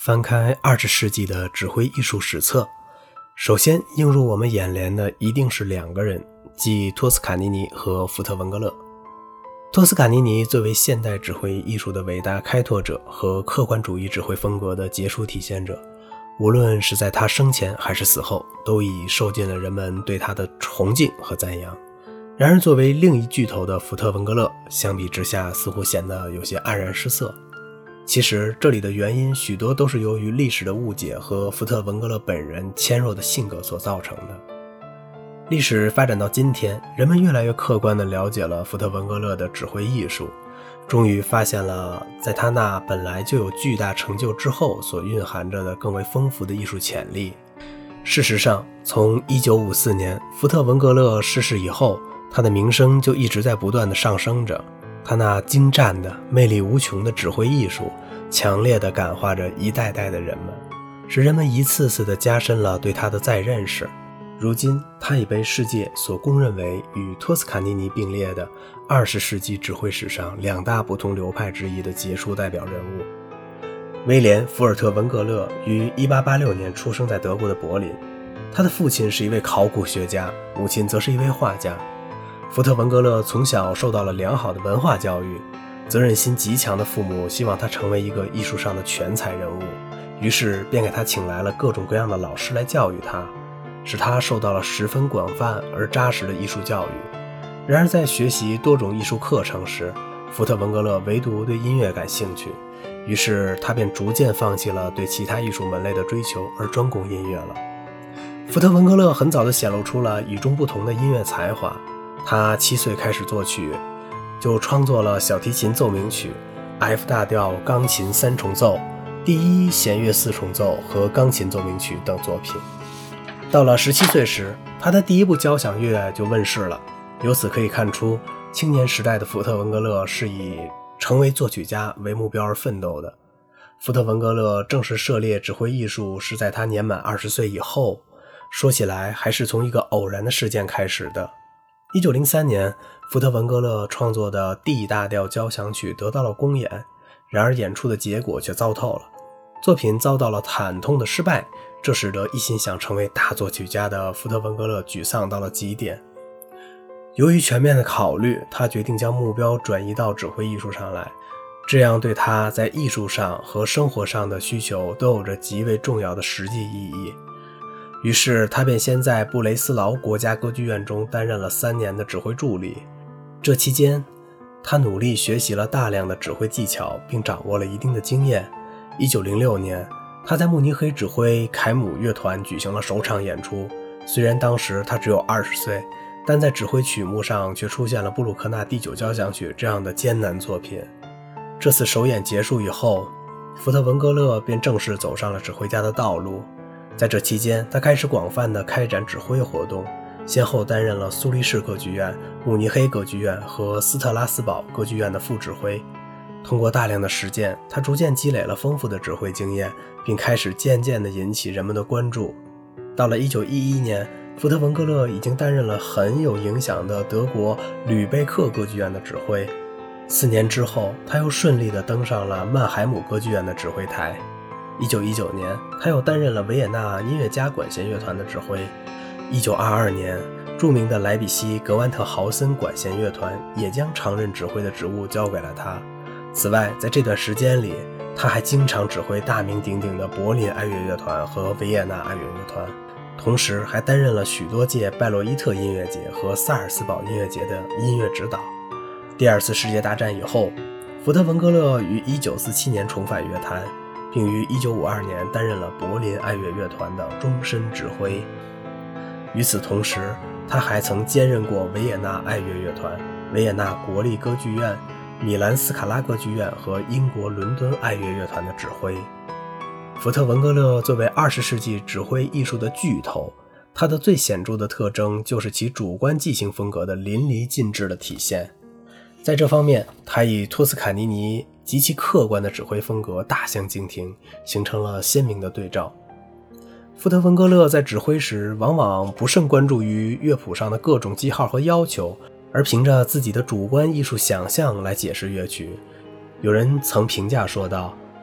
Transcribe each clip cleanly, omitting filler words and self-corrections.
翻开20世纪的指挥艺术史册，首先映入我们眼帘的一定是两个人，即托斯卡尼尼和福特文格勒。托斯卡尼尼作为现代指挥艺术的伟大开拓者和客观主义指挥风格的杰出体现者，无论是在他生前还是死后，都已受尽了人们对他的崇敬和赞扬。然而作为另一巨头的福特文格勒，相比之下似乎显得有些黯然失色。其实这里的原因许多都是由于历史的误解和福特文格勒本人纤弱的性格所造成的。历史发展到今天，人们越来越客观地了解了福特文格勒的指挥艺术，终于发现了在他那本来就有巨大成就之后所蕴含着的更为丰富的艺术潜力。事实上，从1954年福特文格勒逝世以后，他的名声就一直在不断地上升着。他那精湛的魅力无穷的指挥艺术强烈地感化着一代代的人们，使人们一次次地加深了对他的再认识。如今他已被世界所公认为与托斯卡尼尼并列的20世纪指挥史上两大不同流派之一的杰出代表人物。威廉·福尔特文格勒于1886年出生在德国的柏林，他的父亲是一位考古学家，母亲则是一位画家。福特文格勒从小受到了良好的文化教育，责任心极强的父母希望他成为一个艺术上的全才人物，于是便给他请来了各种各样的老师来教育他，使他受到了十分广泛而扎实的艺术教育。然而在学习多种艺术课程时，福特文格勒唯独对音乐感兴趣，于是他便逐渐放弃了对其他艺术门类的追求，而专攻音乐了。福特文格勒很早就显露出了与众不同的音乐才华，他7岁开始作曲，就创作了小提琴奏鸣曲、F 大调钢琴3重奏、第1弦乐4重奏和钢琴奏鸣曲等作品。到了17岁时，他的第一部交响乐就问世了。由此可以看出，青年时代的福特文格勒是以成为作曲家为目标而奋斗的。福特文格勒正式涉猎指挥艺术是在他年满20岁以后，说起来还是从一个偶然的事件开始的。1903年，福特文格勒创作的 D 大调交响曲得到了公演，然而演出的结果却糟透了，作品遭到了惨痛的失败，这使得一心想成为大作曲家的福特文格勒沮丧到了极点。由于全面的考虑，他决定将目标转移到指挥艺术上来，这样对他在艺术上和生活上的需求都有着极为重要的实际意义。于是他便先在布雷斯劳国家歌剧院中担任了3年的指挥助理。这期间，他努力学习了大量的指挥技巧，并掌握了一定的经验。1906年，他在慕尼黑指挥凯姆乐团举行了首场演出。虽然当时他只有20岁，但在指挥曲目上却出现了布鲁克纳第9交响曲这样的艰难作品。这次首演结束以后，福特文格勒便正式走上了指挥家的道路。在这期间，他开始广泛地开展指挥活动，先后担任了苏黎世歌剧院、慕尼黑歌剧院和斯特拉斯堡歌剧院的副指挥。通过大量的实践，他逐渐积累了丰富的指挥经验，并开始渐渐地引起人们的关注。到了1911年，福特文格勒已经担任了很有影响的德国吕贝克歌剧院的指挥。4年之后，他又顺利地登上了曼海姆歌剧院的指挥台。1919年，他又担任了维也纳音乐家管弦乐团的指挥。1922年，著名的莱比锡格万特豪森管弦乐团也将常任指挥的职务交给了他。此外，在这段时间里，他还经常指挥大名鼎鼎的柏林爱乐乐团和维也纳爱乐乐团，同时还担任了许多届拜洛伊特音乐节和萨尔斯堡音乐节的音乐指导。第2次世界大战以后，福特文格勒于1947年重返乐坛，并于1952年担任了柏林爱乐乐团的终身指挥。与此同时，他还曾兼任过维也纳爱乐乐团、维也纳国立歌剧院、米兰斯卡拉歌剧院和英国伦敦爱乐乐团的指挥。福特文格勒作为20世纪指挥艺术的巨头，他的最显著的特征就是其主观即兴风格的淋漓尽致的体现。在这方面，他与托斯卡尼尼极其客观的指挥风格大相径庭，形成了鲜明的对照。福特文格勒在指挥时往往不甚关注于乐谱上的各种记号和要求，而凭着自己的主观艺术想象来解释乐曲。有人曾评价说道，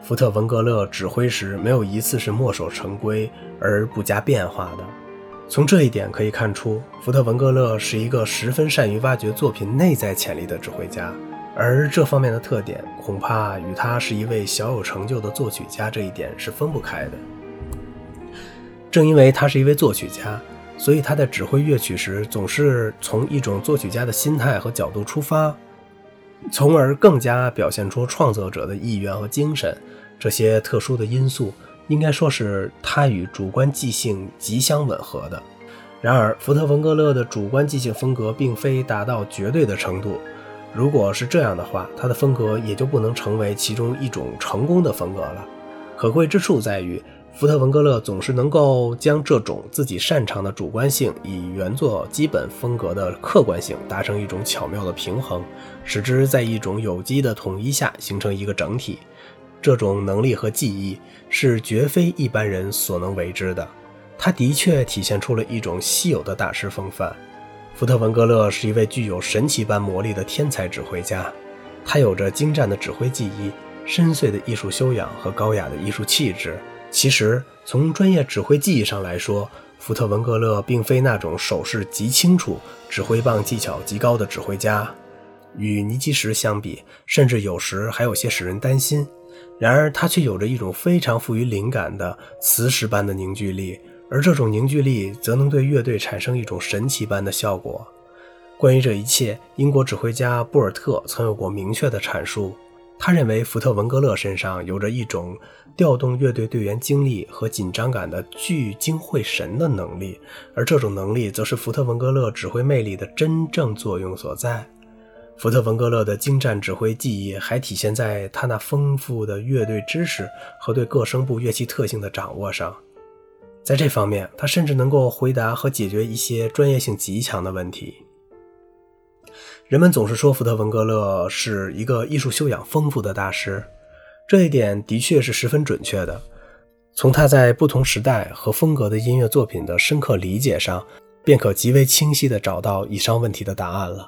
福特文格勒指挥时没有一次是墨守成规而不加变化的。从这一点可以看出，福特文格勒是一个十分善于挖掘作品内在潜力的指挥家，而这方面的特点恐怕与他是一位小有成就的作曲家这一点是分不开的。正因为他是一位作曲家，所以他在指挥乐曲时总是从一种作曲家的心态和角度出发，从而更加表现出创作者的意愿和精神。这些特殊的因素应该说是他与主观即兴极相吻合的。然而福特文格勒的主观即兴风格并非达到绝对的程度，如果是这样的话，他的风格也就不能成为其中一种成功的风格了。可贵之处在于，福特文格勒总是能够将这种自己擅长的主观性与原作基本风格的客观性达成一种巧妙的平衡，使之在一种有机的统一下形成一个整体。这种能力和技艺是绝非一般人所能为之的，他的确体现出了一种稀有的大师风范。福特文格勒是一位具有神奇般魔力的天才指挥家，他有着精湛的指挥技艺、深邃的艺术修养和高雅的艺术气质。其实从专业指挥技艺上来说，福特文格勒并非那种手势极清楚、指挥棒技巧极高的指挥家，与尼基什相比，甚至有时还有些使人担心。然而他却有着一种非常富于灵感的磁石般的凝聚力，而这种凝聚力则能对乐队产生一种神奇般的效果。关于这一切，英国指挥家布尔特曾有过明确的阐述。他认为福特文格勒身上有着一种调动乐队队员精力和紧张感的聚精会神的能力，而这种能力则是福特文格勒指挥魅力的真正作用所在。福特文格勒的精湛指挥技艺还体现在他那丰富的乐队知识和对各声部乐器特性的掌握上。在这方面，他甚至能够回答和解决一些专业性极强的问题。人们总是说福特文格勒是一个艺术修养丰富的大师，这一点的确是十分准确的。从他在不同时代和风格的音乐作品的深刻理解上，便可极为清晰地找到以上问题的答案了。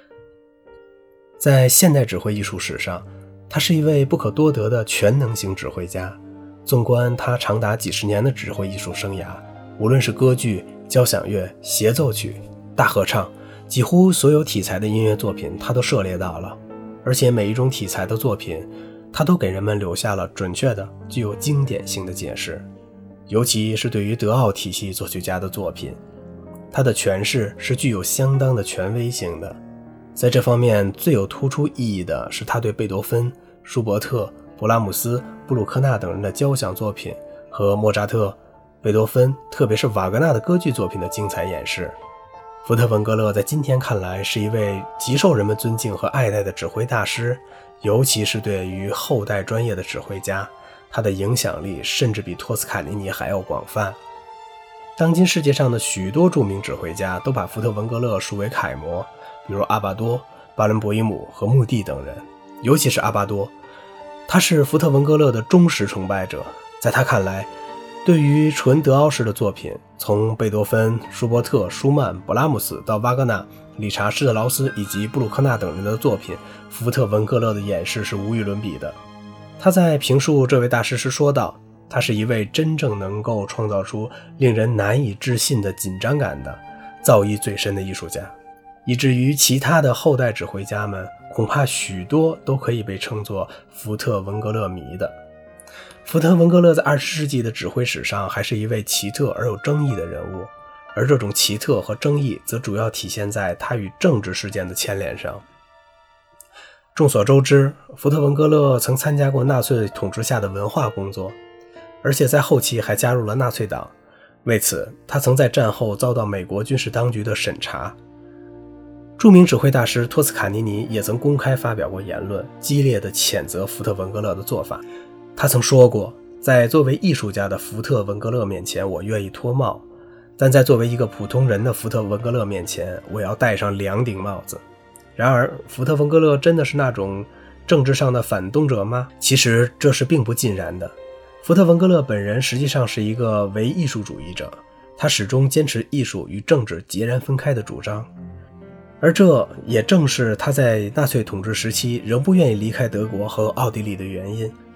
在现代指挥艺术史上，他是一位不可多得的全能型指挥家。纵观他长达几十年的指挥艺术生涯，无论是歌剧、交响乐、协奏曲、大合唱，几乎所有题材的音乐作品他都涉猎到了，而且每一种题材的作品他都给人们留下了准确的、具有经典性的解释。尤其是对于德奥体系作曲家的作品，他的诠释是具有相当的权威性的。在这方面最有突出意义的是他对贝多芬、舒伯特、勃拉姆斯、布鲁克纳等人的交响作品和莫扎特、贝多芬，特别是瓦格纳的歌剧作品的精彩演示。福特文格勒在今天看来是一位极受人们尊敬和爱戴的指挥大师，尤其是对于后代专业的指挥家，他的影响力甚至比托斯卡尼尼还要广泛。当今世界上的许多著名指挥家都把福特文格勒树为楷模，比如阿巴多、巴伦博伊姆和穆蒂等人。尤其是阿巴多，他是福特文格勒的忠实崇拜者。在他看来，对于纯德奥式的作品，从贝多芬、舒伯特、舒曼、勃拉姆斯到瓦格纳、理查施特劳斯以及布鲁克纳等人的作品，福特文格勒的演示是无与伦比的。他在评述这位大师时说道，他是一位真正能够创造出令人难以置信的紧张感的造诣最深的艺术家，以至于其他的后代指挥家们恐怕许多都可以被称作福特文格勒迷的。福特文格勒在20世纪的指挥史上还是一位奇特而有争议的人物，而这种奇特和争议则主要体现在他与政治事件的牵连上。众所周知，福特文格勒曾参加过纳粹统治下的文化工作，而且在后期还加入了纳粹党。为此，他曾在战后遭到美国军事当局的审查。著名指挥大师托斯卡尼尼也曾公开发表过言论，激烈地谴责福特文格勒的做法。他曾说过，在作为艺术家的福特文格勒面前，我愿意脱帽，但在作为一个普通人的福特文格勒面前，我要戴上2顶帽子。然而，福特文格勒真的是那种政治上的反动者吗？其实这是并不尽然的。福特文格勒本人实际上是一个唯艺术主义者，他始终坚持艺术与政治截然分开的主张，而这也正是他在纳粹统治时期仍不愿意离开德国和奥地利的原因。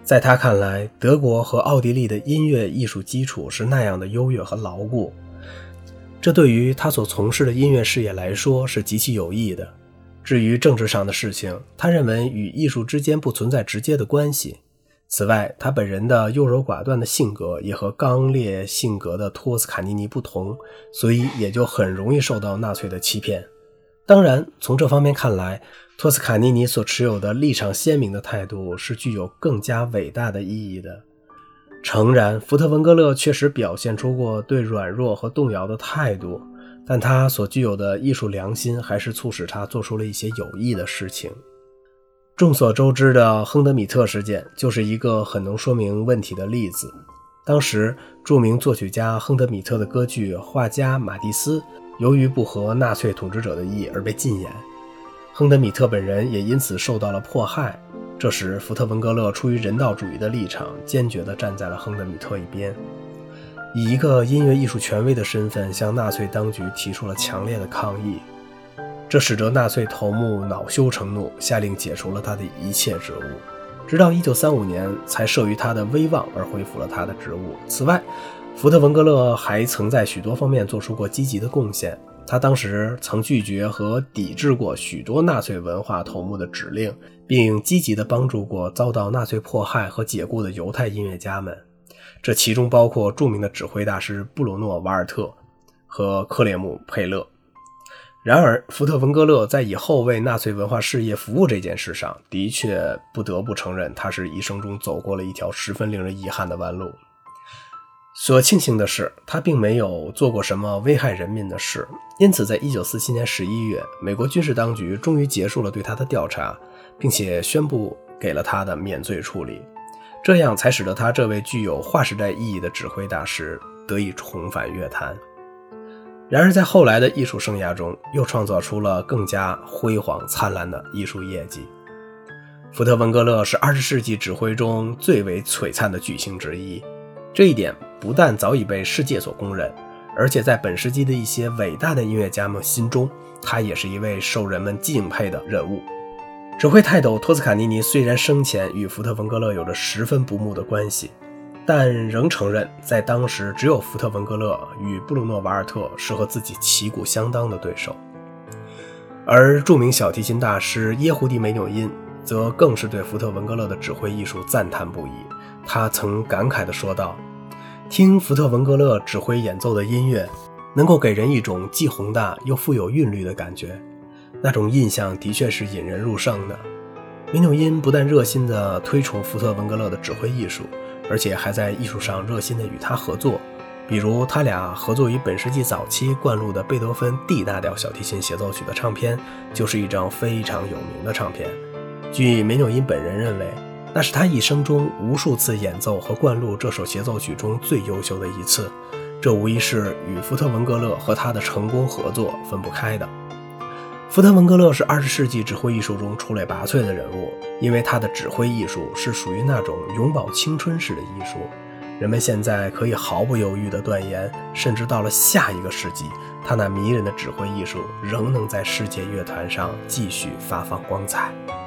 在他看来，德国和奥地利的音乐艺术基础是那样的优越和牢固，这对于他所从事的音乐事业来说是极其有益的。至于政治上的事情，他认为与艺术之间不存在直接的关系。此外，他本人的优柔寡断的性格也和刚烈性格的托斯卡尼尼不同，所以也就很容易受到纳粹的欺骗。当然，从这方面看来，托斯卡尼尼所持有的立场鲜明的态度是具有更加伟大的意义的。诚然，福特文格勒确实表现出过对软弱和动摇的态度，但他所具有的艺术良心还是促使他做出了一些有益的事情。众所周知的亨德米特事件就是一个很能说明问题的例子。当时著名作曲家亨德米特的歌剧《画家马蒂斯》由于不合纳粹统治者的意而被禁演，亨德米特本人也因此受到了迫害。这时福特文格勒出于人道主义的立场，坚决地站在了亨德米特一边，以一个音乐艺术权威的身份向纳粹当局提出了强烈的抗议。这使得纳粹头目恼羞成怒，下令解除了他的一切职务，直到1935年才慑于他的威望而恢复了他的职务。此外，福特文格勒还曾在许多方面做出过积极的贡献。他当时曾拒绝和抵制过许多纳粹文化头目的指令，并积极地帮助过遭到纳粹迫害和解雇的犹太音乐家们，这其中包括著名的指挥大师布鲁诺·瓦尔特和克列姆·佩勒。然而，福特文格勒在以后为纳粹文化事业服务这件事上，的确不得不承认，他是一生中走过了一条十分令人遗憾的弯路。所庆幸的是，他并没有做过什么危害人民的事，因此在1947年11月，美国军事当局终于结束了对他的调查，并且宣布给了他的免罪处理，这样才使得他这位具有划时代意义的指挥大师得以重返乐坛。然而在后来的艺术生涯中，又创造出了更加辉煌灿烂的艺术业绩。福特文格勒是20世纪指挥中最为璀璨的巨星之一，这一点不但早已被世界所公认，而且在本世纪的一些伟大的音乐家们心中，他也是一位受人们敬佩的人物。指挥泰斗托斯卡尼尼虽然生前与福特文格勒有着十分不睦的关系，但仍承认在当时只有福特文格勒与布鲁诺·瓦尔特是和自己旗鼓相当的对手。而著名小提琴大师耶胡迪·梅纽因则更是对福特文格勒的指挥艺术赞叹不已。他曾感慨地说道，听福特文格勒指挥演奏的音乐，能够给人一种既宏大又富有韵律的感觉，那种印象的确是引人入胜的。梅纽因不但热心地推崇福特文格勒的指挥艺术，而且还在艺术上热心地与他合作，比如他俩合作于本世纪早期灌录的贝多芬 D 大调小提琴协奏曲的唱片，就是一张非常有名的唱片。据梅纽因本人认为，那是他一生中无数次演奏和灌录这首协奏曲中最优秀的一次，这无疑是与福特文格勒和他的成功合作分不开的。福特文格勒是20世纪指挥艺术中出类拔萃的人物，因为他的指挥艺术是属于那种永葆青春式的艺术。人们现在可以毫不犹豫地断言，甚至到了下一个世纪，他那迷人的指挥艺术仍能在世界乐坛上继续发放光彩。